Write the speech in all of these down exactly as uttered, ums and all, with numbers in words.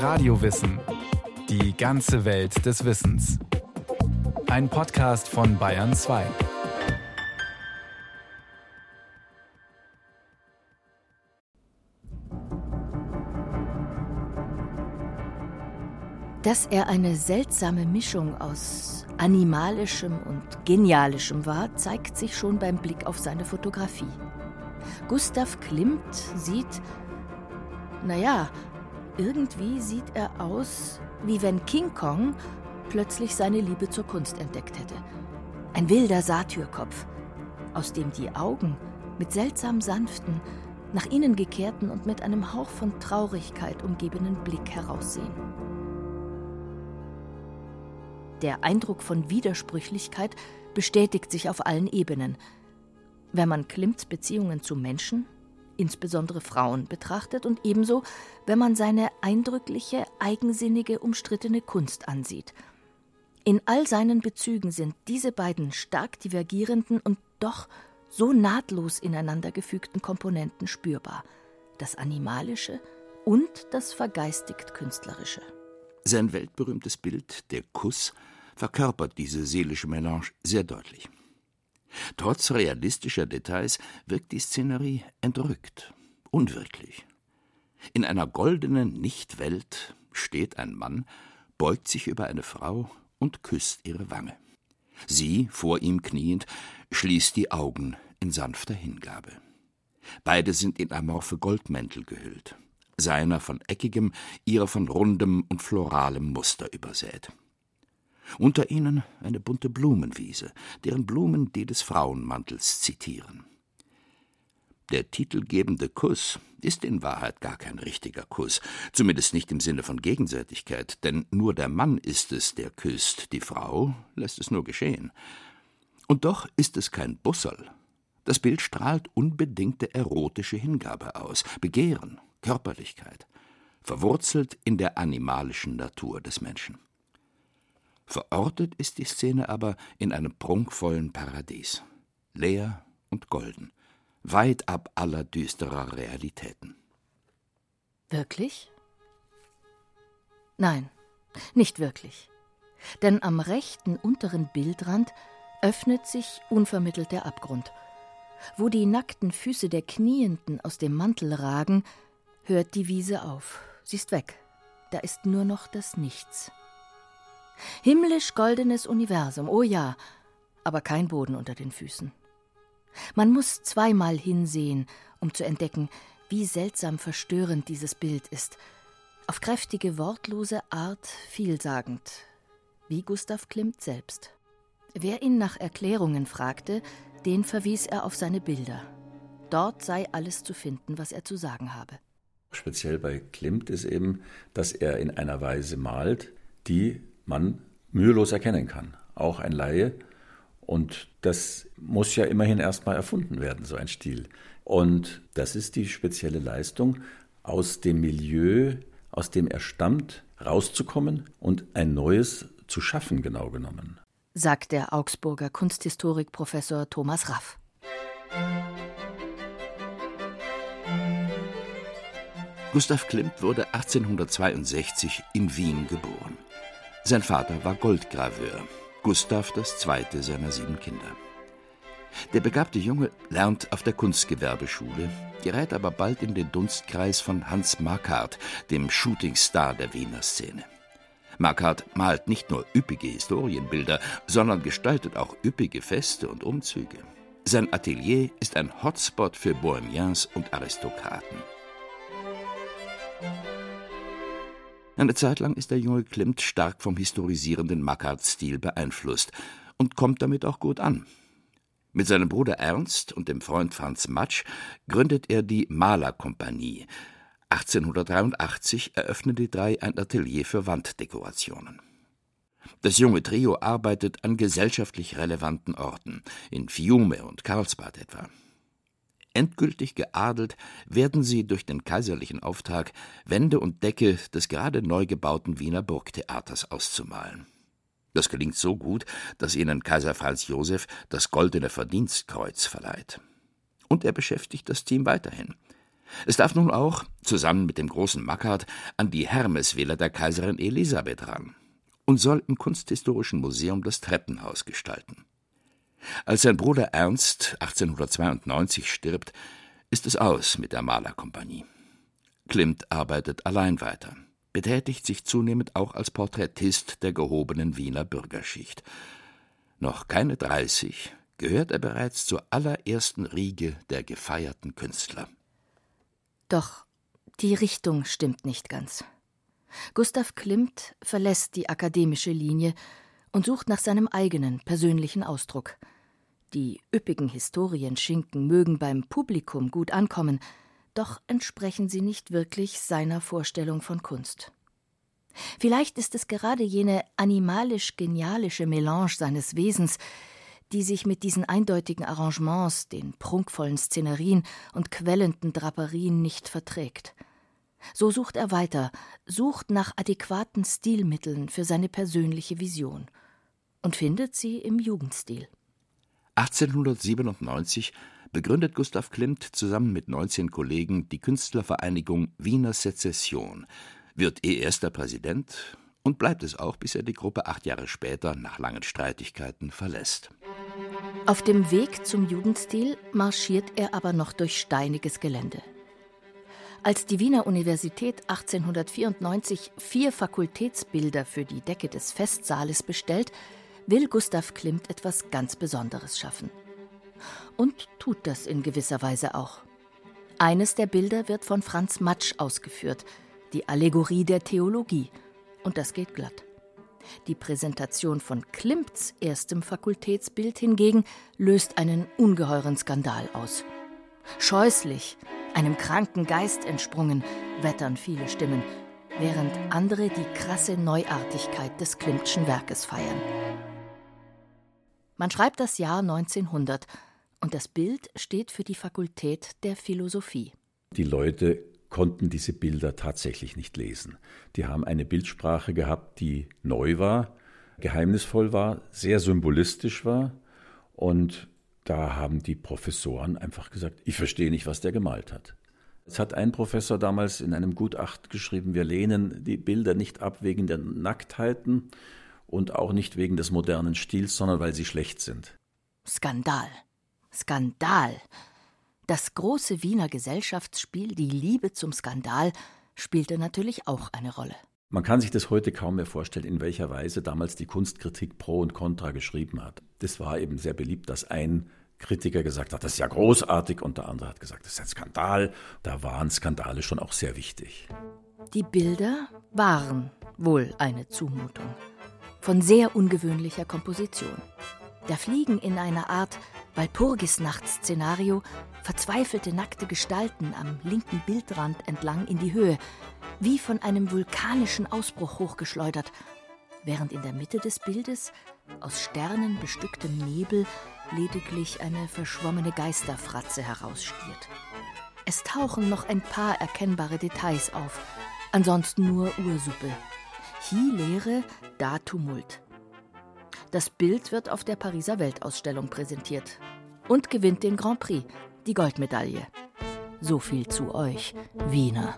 Radiowissen. Die ganze Welt des Wissens. Ein Podcast von Bayern zwei. Dass er eine seltsame Mischung aus Animalischem und Genialischem war, zeigt sich schon beim Blick auf seine Fotografie. Gustav Klimt sieht, naja, irgendwie sieht er aus, wie wenn King Kong plötzlich seine Liebe zur Kunst entdeckt hätte. Ein wilder Satyrkopf, aus dem die Augen mit seltsam sanften, nach innen gekehrten und mit einem Hauch von Traurigkeit umgebenen Blick heraussehen. Der Eindruck von Widersprüchlichkeit bestätigt sich auf allen Ebenen. Wenn man Klimts Beziehungen zu Menschen, insbesondere Frauen, betrachtet und ebenso, wenn man seine eindrückliche, eigensinnige, umstrittene Kunst ansieht. In all seinen Bezügen sind diese beiden stark divergierenden und doch so nahtlos ineinander gefügten Komponenten spürbar: das Animalische und das vergeistigt-künstlerische. Sein weltberühmtes Bild, der Kuss, verkörpert diese seelische Melange sehr deutlich. Trotz realistischer Details wirkt die Szenerie entrückt, unwirklich. In einer goldenen Nichtwelt steht ein Mann, beugt sich über eine Frau und küsst ihre Wange. Sie, vor ihm kniend, schließt die Augen in sanfter Hingabe. Beide sind in amorphe Goldmäntel gehüllt. Seiner von eckigem, ihrer von rundem und floralem Muster übersät. Unter ihnen eine bunte Blumenwiese, deren Blumen die des Frauenmantels zitieren. Der titelgebende Kuss ist in Wahrheit gar kein richtiger Kuss, zumindest nicht im Sinne von Gegenseitigkeit, denn nur der Mann ist es, der küsst, die Frau lässt es nur geschehen. Und doch ist es kein Busserl. Das Bild strahlt unbedingte erotische Hingabe aus, Begehren, Körperlichkeit, verwurzelt in der animalischen Natur des Menschen. Verortet ist die Szene aber in einem prunkvollen Paradies, leer und golden, weit ab aller düsterer Realitäten. Wirklich? Nein, nicht wirklich. Denn am rechten unteren Bildrand öffnet sich unvermittelt der Abgrund. Wo die nackten Füße der Knienden aus dem Mantel ragen, hört die Wiese auf. Sie ist weg. Da ist nur noch das Nichts. Himmlisch-goldenes Universum, oh ja, aber kein Boden unter den Füßen. Man muss zweimal hinsehen, um zu entdecken, wie seltsam verstörend dieses Bild ist. Auf kräftige, wortlose Art vielsagend, wie Gustav Klimt selbst. Wer ihn nach Erklärungen fragte, den verwies er auf seine Bilder. Dort sei alles zu finden, was er zu sagen habe. Speziell bei Klimt ist eben, dass er in einer Weise malt, die man mühelos erkennen kann. Auch ein Laie. Und das muss ja immerhin erstmal erfunden werden, so ein Stil. Und das ist die spezielle Leistung, aus dem Milieu, aus dem er stammt, rauszukommen und ein neues zu schaffen, genau genommen. Sagt der Augsburger Kunsthistorikprofessor Thomas Raff. Gustav Klimt wurde achtzehnhundertzweiundsechzig in Wien geboren. Sein Vater war Goldgraveur, Gustav das zweite seiner sieben Kinder. Der begabte Junge lernt auf der Kunstgewerbeschule, gerät aber bald in den Dunstkreis von Hans Marquardt, dem Shootingstar der Wiener Szene. Marquardt malt nicht nur üppige Historienbilder, sondern gestaltet auch üppige Feste und Umzüge. Sein Atelier ist ein Hotspot für Bohemiens und Aristokraten. Eine Zeit lang ist der junge Klimt stark vom historisierenden Marquardt-Stil beeinflusst und kommt damit auch gut an. Mit seinem Bruder Ernst und dem Freund Franz Matsch gründet er die Malerkompanie. achtzehnhundertdreiundachtzig eröffnen die drei ein Atelier für Wanddekorationen. Das junge Trio arbeitet an gesellschaftlich relevanten Orten, in Fiume und Karlsbad etwa. Endgültig geadelt werden sie durch den kaiserlichen Auftrag, Wände und Decke des gerade neu gebauten Wiener Burgtheaters auszumalen. Das gelingt so gut, dass ihnen Kaiser Franz Josef das Goldene Verdienstkreuz verleiht. Und er beschäftigt das Team weiterhin. Es darf nun auch, zusammen mit dem großen Mackart, an die Hermesvilla der Kaiserin Elisabeth ran und soll im Kunsthistorischen Museum das Treppenhaus gestalten. Als sein Bruder Ernst achtzehnhundertzweiundneunzig stirbt, ist es aus mit der Malerkompanie. Klimt arbeitet allein weiter, betätigt sich zunehmend auch als Porträtist der gehobenen Wiener Bürgerschicht. Noch keine dreißig, gehört er bereits zur allerersten Riege der gefeierten Künstler. Doch die Richtung stimmt nicht ganz. Gustav Klimt verlässt die akademische Linie und sucht nach seinem eigenen persönlichen Ausdruck. Die üppigen Historienschinken mögen beim Publikum gut ankommen, doch entsprechen sie nicht wirklich seiner Vorstellung von Kunst. Vielleicht ist es gerade jene animalisch-genialische Melange seines Wesens, die sich mit diesen eindeutigen Arrangements, den prunkvollen Szenerien und quellenden Draperien nicht verträgt. So sucht er weiter, sucht nach adäquaten Stilmitteln für seine persönliche Vision und findet sie im Jugendstil. achtzehnhundertsiebenundneunzig begründet Gustav Klimt zusammen mit neunzehn Kollegen die Künstlervereinigung Wiener Sezession, wird ihr erster Präsident und bleibt es auch, bis er die Gruppe acht Jahre später nach langen Streitigkeiten verlässt. Auf dem Weg zum Jugendstil marschiert er aber noch durch steiniges Gelände. Als die Wiener Universität achtzehnhundertvierundneunzig vier Fakultätsbilder für die Decke des Festsaales bestellt, will Gustav Klimt etwas ganz Besonderes schaffen. Und tut das in gewisser Weise auch. Eines der Bilder wird von Franz Matsch ausgeführt, die Allegorie der Theologie, und das geht glatt. Die Präsentation von Klimts erstem Fakultätsbild hingegen löst einen ungeheuren Skandal aus. Scheußlich, einem kranken Geist entsprungen, wettern viele Stimmen, während andere die krasse Neuartigkeit des Klimtschen Werkes feiern. Man schreibt das Jahr neunzehnhundert und das Bild steht für die Fakultät der Philosophie. Die Leute konnten diese Bilder tatsächlich nicht lesen. Die haben eine Bildsprache gehabt, die neu war, geheimnisvoll war, sehr symbolistisch war, und da haben die Professoren einfach gesagt, ich verstehe nicht, was der gemalt hat. Es hat ein Professor damals in einem Gutachten geschrieben, wir lehnen die Bilder nicht ab wegen der Nacktheiten und auch nicht wegen des modernen Stils, sondern weil sie schlecht sind. Skandal. Skandal. Das große Wiener Gesellschaftsspiel, die Liebe zum Skandal, spielte natürlich auch eine Rolle. Man kann sich das heute kaum mehr vorstellen, in welcher Weise damals die Kunstkritik Pro und Contra geschrieben hat. Das war eben sehr beliebt, dass ein Kritiker gesagt hat, das ist ja großartig, und der andere hat gesagt, das ist ein Skandal. Da waren Skandale schon auch sehr wichtig. Die Bilder waren wohl eine Zumutung. Von sehr ungewöhnlicher Komposition. Da fliegen in einer Art Walpurgisnacht-Szenario verzweifelte nackte Gestalten am linken Bildrand entlang in die Höhe, wie von einem vulkanischen Ausbruch hochgeschleudert, während in der Mitte des Bildes aus Sternen bestücktem Nebel lediglich eine verschwommene Geisterfratze herausstiert. Es tauchen noch ein paar erkennbare Details auf, ansonsten nur Ursuppe. Hie Lehre, da Tumult. Das Bild wird auf der Pariser Weltausstellung präsentiert und gewinnt den Grand Prix, die Goldmedaille. So viel zu euch, Wiener.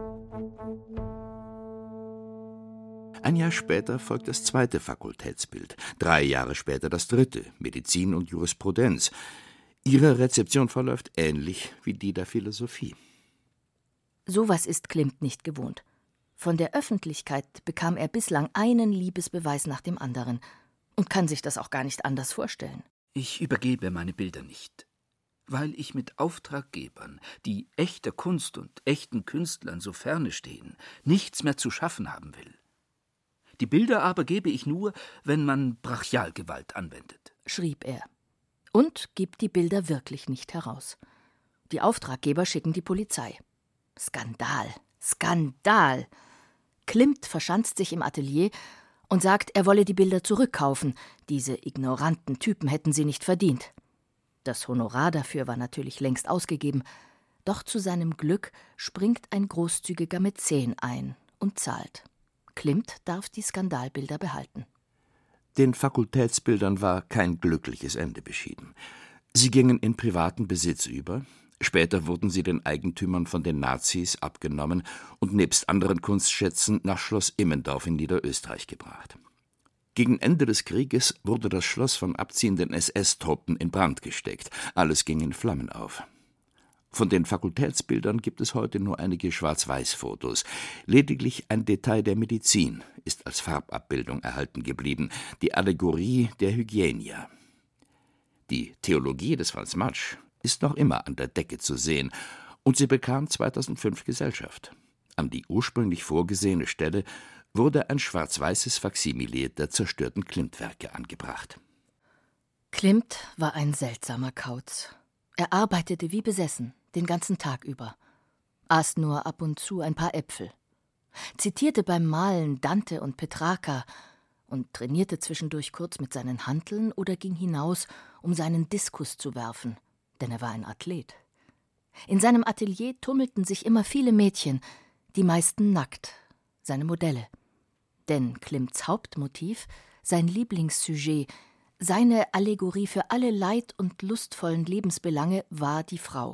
Ein Jahr später folgt das zweite Fakultätsbild, drei Jahre später das dritte, Medizin und Jurisprudenz. Ihre Rezeption verläuft ähnlich wie die der Philosophie. Sowas ist Klimt nicht gewohnt. Von der Öffentlichkeit bekam er bislang einen Liebesbeweis nach dem anderen und kann sich das auch gar nicht anders vorstellen. Ich übergebe meine Bilder nicht, weil ich mit Auftraggebern, die echter Kunst und echten Künstlern so ferne stehen, nichts mehr zu schaffen haben will. Die Bilder aber gebe ich nur, wenn man Brachialgewalt anwendet, schrieb er. Und gibt die Bilder wirklich nicht heraus. Die Auftraggeber schicken die Polizei. Skandal, Skandal! Klimt verschanzt sich im Atelier und sagt, er wolle die Bilder zurückkaufen. Diese ignoranten Typen hätten sie nicht verdient. Das Honorar dafür war natürlich längst ausgegeben. Doch zu seinem Glück springt ein großzügiger Mäzen ein und zahlt. Klimt darf die Skandalbilder behalten. Den Fakultätsbildern war kein glückliches Ende beschieden. Sie gingen in privaten Besitz über, Später wurden sie den Eigentümern von den Nazis abgenommen und nebst anderen Kunstschätzen nach Schloss Immendorf in Niederösterreich gebracht. Gegen Ende des Krieges wurde das Schloss von abziehenden S S-Truppen in Brand gesteckt. Alles ging in Flammen auf. Von den Fakultätsbildern gibt es heute nur einige Schwarz-Weiß-Fotos. Lediglich ein Detail der Medizin ist als Farbabbildung erhalten geblieben, die Allegorie der Hygienia. Die Theologie des Franz Matsch ist noch immer an der Decke zu sehen, und sie bekam zweitausendfünf Gesellschaft. An die ursprünglich vorgesehene Stelle wurde ein schwarz-weißes Faksimile der zerstörten Klimt-Werke angebracht. Klimt war ein seltsamer Kauz. Er arbeitete wie besessen, den ganzen Tag über, aß nur ab und zu ein paar Äpfel, zitierte beim Malen Dante und Petrarca und trainierte zwischendurch kurz mit seinen Hanteln oder ging hinaus, um seinen Diskus zu werfen, denn er war ein Athlet. In seinem Atelier tummelten sich immer viele Mädchen, die meisten nackt, seine Modelle. Denn Klimts Hauptmotiv, sein Lieblingssujet, seine Allegorie für alle leid- und lustvollen Lebensbelange war die Frau.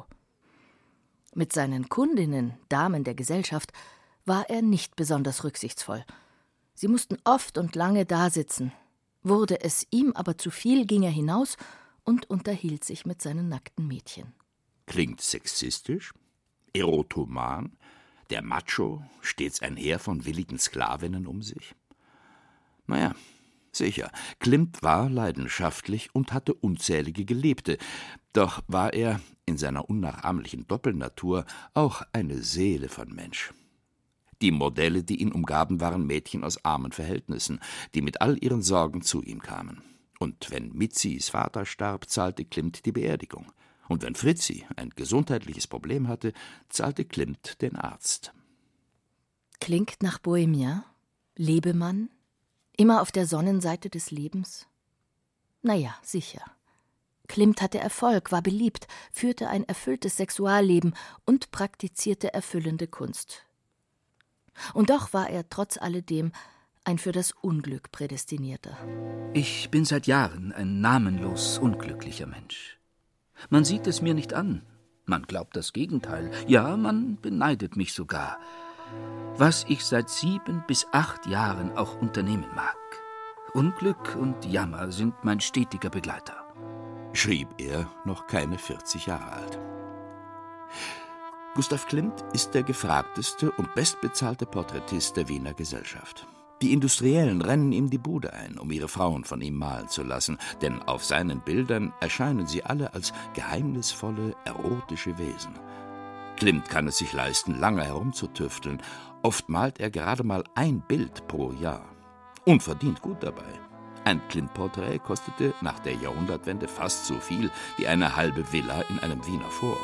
Mit seinen Kundinnen, Damen der Gesellschaft, war er nicht besonders rücksichtsvoll. Sie mussten oft und lange dasitzen. Wurde es ihm aber zu viel, ging er hinaus und unterhielt sich mit seinen nackten Mädchen. Klingt sexistisch, erotoman, der Macho, stets ein Heer von willigen Sklavinnen um sich. Naja, sicher, Klimt war leidenschaftlich und hatte unzählige Geliebte, doch war er in seiner unnachahmlichen Doppelnatur auch eine Seele von Mensch. Die Modelle, die ihn umgaben, waren Mädchen aus armen Verhältnissen, die mit all ihren Sorgen zu ihm kamen. Und wenn Mitzis Vater starb, zahlte Klimt die Beerdigung. Und wenn Fritzi ein gesundheitliches Problem hatte, zahlte Klimt den Arzt. Klingt nach Bohemien, Lebemann, immer auf der Sonnenseite des Lebens? Naja, sicher. Klimt hatte Erfolg, war beliebt, führte ein erfülltes Sexualleben und praktizierte erfüllende Kunst. Und doch war er trotz alledem ein für das Unglück prädestinierter. Ich bin seit Jahren ein namenlos unglücklicher Mensch. Man sieht es mir nicht an. Man glaubt das Gegenteil. Ja, man beneidet mich sogar. Was ich seit sieben bis acht Jahren auch unternehmen mag. Unglück und Jammer sind mein stetiger Begleiter. Schrieb er, noch keine vierzig Jahre alt. Gustav Klimt ist der gefragteste und bestbezahlte Porträtist der Wiener Gesellschaft. Die Industriellen rennen ihm die Bude ein, um ihre Frauen von ihm malen zu lassen, denn auf seinen Bildern erscheinen sie alle als geheimnisvolle, erotische Wesen. Klimt kann es sich leisten, lange herumzutüfteln. Oft malt er gerade mal ein Bild pro Jahr und verdient gut dabei. Ein Klimt-Porträt kostete nach der Jahrhundertwende fast so viel wie eine halbe Villa in einem Wiener Vorort.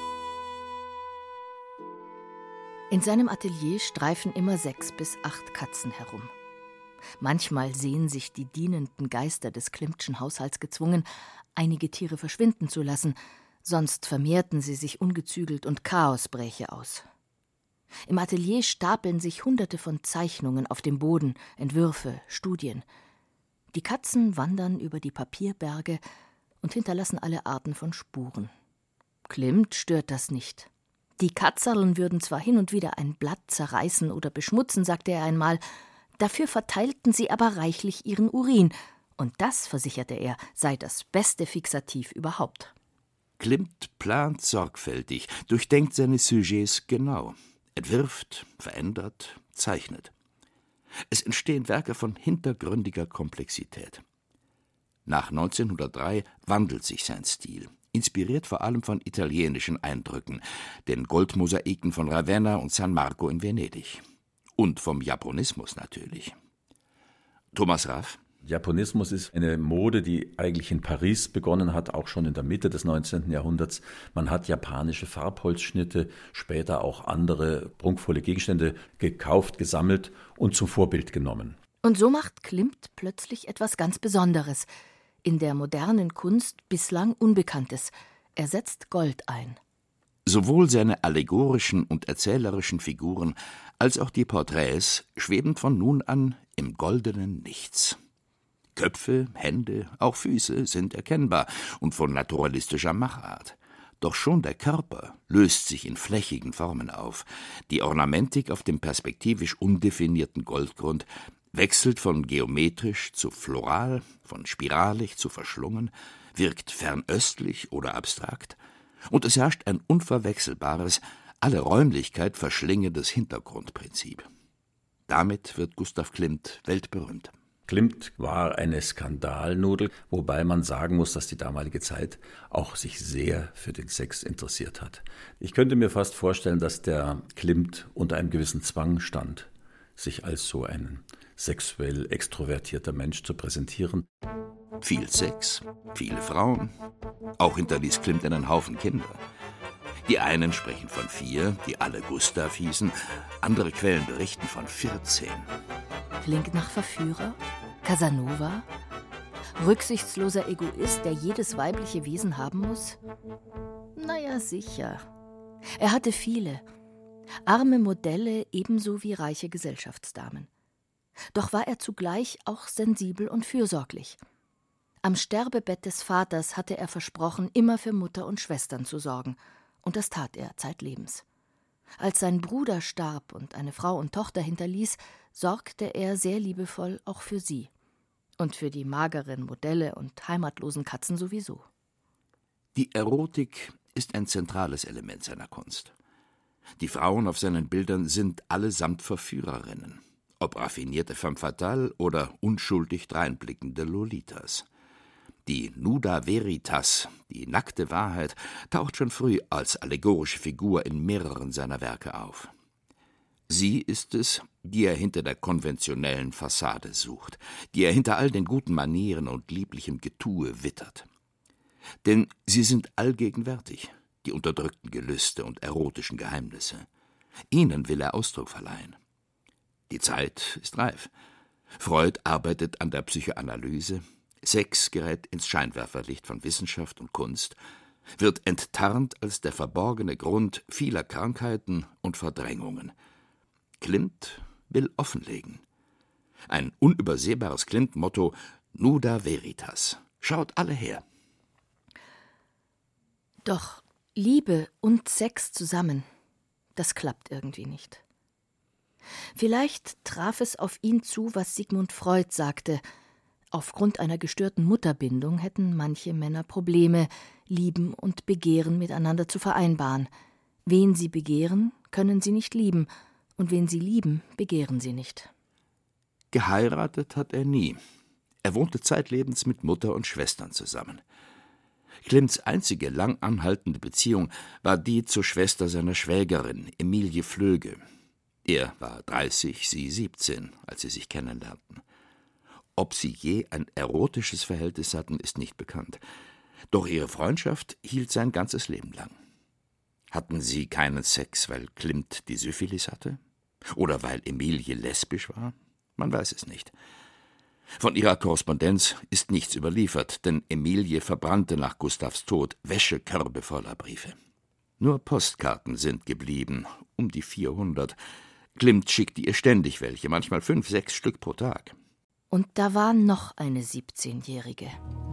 In seinem Atelier streifen immer sechs bis acht Katzen herum. Manchmal sehen sich die dienenden Geister des Klimtschen Haushalts gezwungen, einige Tiere verschwinden zu lassen, sonst vermehrten sie sich ungezügelt und Chaos bräche aus. Im Atelier stapeln sich Hunderte von Zeichnungen auf dem Boden, Entwürfe, Studien. Die Katzen wandern über die Papierberge und hinterlassen alle Arten von Spuren. Klimt stört das nicht. Die Katzerln würden zwar hin und wieder ein Blatt zerreißen oder beschmutzen, sagte er einmal, dafür verteilten sie aber reichlich ihren Urin, und das, versicherte er, sei das beste Fixativ überhaupt. Klimt plant sorgfältig, durchdenkt seine Sujets genau, entwirft, verändert, zeichnet. Es entstehen Werke von hintergründiger Komplexität. Nach neunzehnhundertdrei wandelt sich sein Stil, inspiriert vor allem von italienischen Eindrücken, den Goldmosaiken von Ravenna und San Marco in Venedig. Und vom Japonismus natürlich. Thomas Raff? Japonismus ist eine Mode, die eigentlich in Paris begonnen hat, auch schon in der Mitte des neunzehnten Jahrhunderts. Man hat japanische Farbholzschnitte, später auch andere prunkvolle Gegenstände gekauft, gesammelt und zum Vorbild genommen. Und so macht Klimt plötzlich etwas ganz Besonderes, in der modernen Kunst bislang Unbekanntes. Er setzt Gold ein. Sowohl seine allegorischen und erzählerischen Figuren als auch die Porträts schweben von nun an im goldenen Nichts. Köpfe, Hände, auch Füße sind erkennbar und von naturalistischer Machart. Doch schon der Körper löst sich in flächigen Formen auf. Die Ornamentik auf dem perspektivisch undefinierten Goldgrund wechselt von geometrisch zu floral, von spiralig zu verschlungen, wirkt fernöstlich oder abstrakt, und es herrscht ein unverwechselbares, alle Räumlichkeit verschlingendes Hintergrundprinzip. Damit wird Gustav Klimt weltberühmt. Klimt war eine Skandalnudel, wobei man sagen muss, dass die damalige Zeit auch sich sehr für den Sex interessiert hat. Ich könnte mir fast vorstellen, dass der Klimt unter einem gewissen Zwang stand, sich als so ein sexuell extrovertierter Mensch zu präsentieren. Viel Sex, viele Frauen. Auch hinterließ Klimt einen Haufen Kinder. Die einen sprechen von vier, die alle Gustav hießen. Andere Quellen berichten von vierzehn. Klingt nach Verführer? Casanova? Rücksichtsloser Egoist, der jedes weibliche Wesen haben muss? Naja, sicher. Er hatte viele. Arme Modelle ebenso wie reiche Gesellschaftsdamen. Doch war er zugleich auch sensibel und fürsorglich. Am Sterbebett des Vaters hatte er versprochen, immer für Mutter und Schwestern zu sorgen. Und das tat er zeitlebens. Als sein Bruder starb und eine Frau und Tochter hinterließ, sorgte er sehr liebevoll auch für sie. Und für die mageren Modelle und heimatlosen Katzen sowieso. Die Erotik ist ein zentrales Element seiner Kunst. Die Frauen auf seinen Bildern sind allesamt Verführerinnen, ob raffinierte femme fatale oder unschuldig dreinblickende Lolitas. Die Nuda Veritas, die nackte Wahrheit, taucht schon früh als allegorische Figur in mehreren seiner Werke auf. Sie ist es, die er hinter der konventionellen Fassade sucht, die er hinter all den guten Manieren und lieblichem Getue wittert. Denn sie sind allgegenwärtig, die unterdrückten Gelüste und erotischen Geheimnisse. Ihnen will er Ausdruck verleihen. Die Zeit ist reif. Freud arbeitet an der Psychoanalyse. Sex gerät ins Scheinwerferlicht von Wissenschaft und Kunst, wird enttarnt als der verborgene Grund vieler Krankheiten und Verdrängungen. Klimt will offenlegen. Ein unübersehbares Klimt-Motto: Nuda Veritas. Schaut alle her. Doch Liebe und Sex zusammen, das klappt irgendwie nicht. Vielleicht traf es auf ihn zu, was Sigmund Freud sagte: Aufgrund einer gestörten Mutterbindung hätten manche Männer Probleme, Lieben und Begehren miteinander zu vereinbaren. Wen sie begehren, können sie nicht lieben, und wen sie lieben, begehren sie nicht. Geheiratet hat er nie. Er wohnte zeitlebens mit Mutter und Schwestern zusammen. Klimts einzige lang anhaltende Beziehung war die zur Schwester seiner Schwägerin, Emilie Flöge. Er war dreißig, sie siebzehn, als sie sich kennenlernten. Ob sie je ein erotisches Verhältnis hatten, ist nicht bekannt. Doch ihre Freundschaft hielt sein ganzes Leben lang. Hatten sie keinen Sex, weil Klimt die Syphilis hatte? Oder weil Emilie lesbisch war? Man weiß es nicht. Von ihrer Korrespondenz ist nichts überliefert, denn Emilie verbrannte nach Gustavs Tod Wäschekörbe voller Briefe. Nur Postkarten sind geblieben, um die vierhundert. Klimt schickte ihr ständig welche, manchmal fünf, sechs Stück pro Tag. Und da war noch eine siebzehnjährige.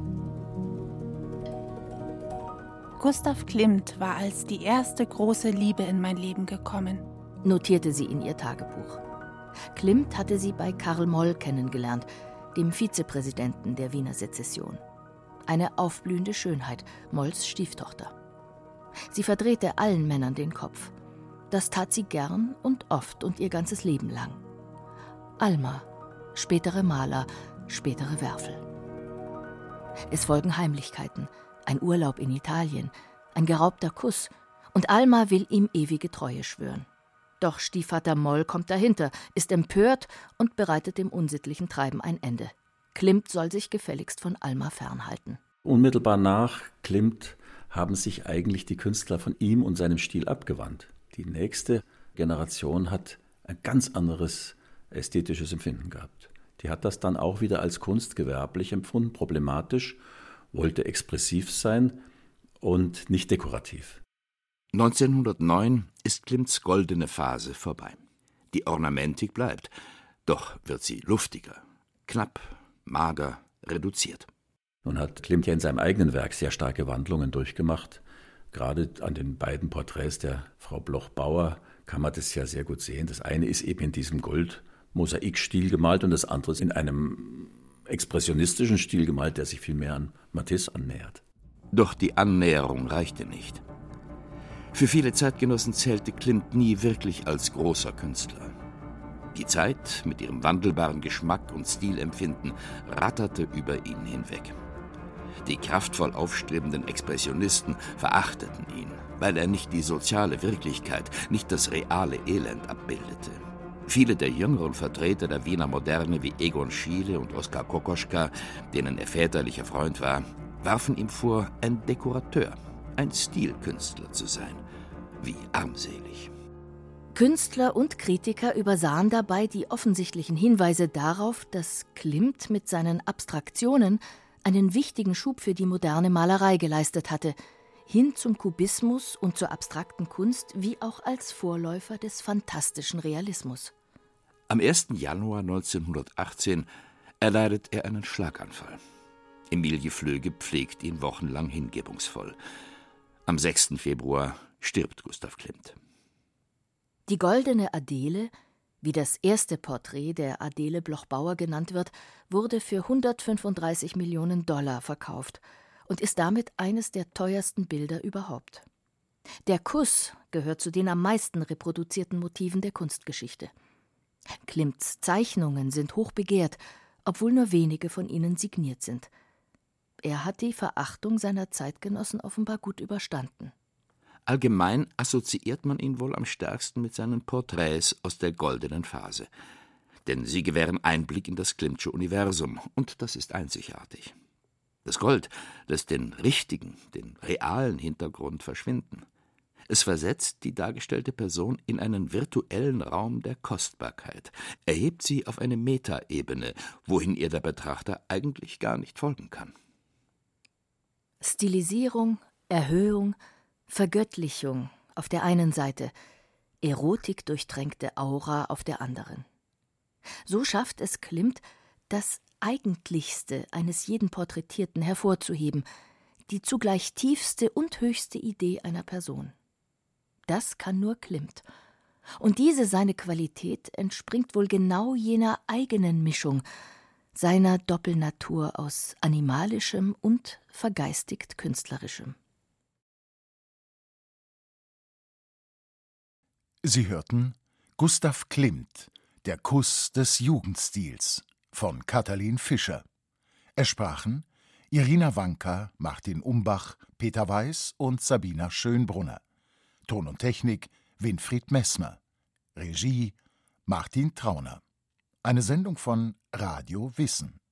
Gustav Klimt war als die erste große Liebe in mein Leben gekommen, notierte sie in ihr Tagebuch. Klimt hatte sie bei Karl Moll kennengelernt, dem Vizepräsidenten der Wiener Sezession. Eine aufblühende Schönheit, Molls Stieftochter. Sie verdrehte allen Männern den Kopf. Das tat sie gern und oft und ihr ganzes Leben lang. Alma, spätere Maler, spätere Werfel. Es folgen Heimlichkeiten, ein Urlaub in Italien, ein geraubter Kuss, und Alma will ihm ewige Treue schwören. Doch Stiefvater Moll kommt dahinter, ist empört und bereitet dem unsittlichen Treiben ein Ende. Klimt soll sich gefälligst von Alma fernhalten. Unmittelbar nach Klimt haben sich eigentlich die Künstler von ihm und seinem Stil abgewandt. Die nächste Generation hat ein ganz anderes ästhetisches Empfinden gehabt. Die hat das dann auch wieder als kunstgewerblich empfunden, problematisch, wollte expressiv sein und nicht dekorativ. neunzehnhundertneun ist Klimts goldene Phase vorbei. Die Ornamentik bleibt, doch wird sie luftiger, knapp, mager, reduziert. Nun hat Klimt ja in seinem eigenen Werk sehr starke Wandlungen durchgemacht. Gerade an den beiden Porträts der Frau Bloch-Bauer kann man das ja sehr gut sehen. Das eine ist eben in diesem Gold-Mosaikstil gemalt und das andere ist in einem expressionistischen Stil gemalt, der sich viel mehr an Matisse annähert. Doch die Annäherung reichte nicht. Für viele Zeitgenossen zählte Klimt nie wirklich als großer Künstler. Die Zeit mit ihrem wandelbaren Geschmack und Stilempfinden ratterte über ihn hinweg. Die kraftvoll aufstrebenden Expressionisten verachteten ihn, weil er nicht die soziale Wirklichkeit, nicht das reale Elend abbildete. Viele der jüngeren Vertreter der Wiener Moderne wie Egon Schiele und Oskar Kokoschka, denen er väterlicher Freund war, warfen ihm vor, ein Dekorateur, ein Stilkünstler zu sein. Wie armselig. Künstler und Kritiker übersahen dabei die offensichtlichen Hinweise darauf, dass Klimt mit seinen Abstraktionen einen wichtigen Schub für die moderne Malerei geleistet hatte, hin zum Kubismus und zur abstrakten Kunst, wie auch als Vorläufer des phantastischen Realismus. Am ersten Januar neunzehnhundertachtzehn erleidet er einen Schlaganfall. Emilie Flöge pflegt ihn wochenlang hingebungsvoll. Am sechsten Februar stirbt Gustav Klimt. Die Goldene Adele, wie das erste Porträt der Adele Bloch-Bauer genannt wird, wurde für hundertfünfunddreißig Millionen Dollar verkauft und ist damit eines der teuersten Bilder überhaupt. Der Kuss gehört zu den am meisten reproduzierten Motiven der Kunstgeschichte. Klimts Zeichnungen sind hoch begehrt, obwohl nur wenige von ihnen signiert sind. Er hat die Verachtung seiner Zeitgenossen offenbar gut überstanden. Allgemein assoziiert man ihn wohl am stärksten mit seinen Porträts aus der goldenen Phase. Denn sie gewähren Einblick in das Klimtsche Universum, und das ist einzigartig. Das Gold lässt den richtigen, den realen Hintergrund verschwinden. Es versetzt die dargestellte Person in einen virtuellen Raum der Kostbarkeit, erhebt sie auf eine Metaebene, wohin ihr der Betrachter eigentlich gar nicht folgen kann. Stilisierung, Erhöhung, Vergöttlichung auf der einen Seite, Erotik durchtränkte Aura auf der anderen. So schafft es Klimt, das Eigentlichste eines jeden Porträtierten hervorzuheben, die zugleich tiefste und höchste Idee einer Person. Das kann nur Klimt. Und diese seine Qualität entspringt wohl genau jener eigenen Mischung, seiner Doppelnatur aus Animalischem und vergeistigt Künstlerischem. Sie hörten Gustav Klimt, der Kuss des Jugendstils von Katalin Fischer. Es sprachen Irina Wanka, Martin Umbach, Peter Weiß und Sabina Schönbrunner. Ton und Technik Winfried Messmer. Regie Martin Trauner. Eine Sendung von Radio Wissen.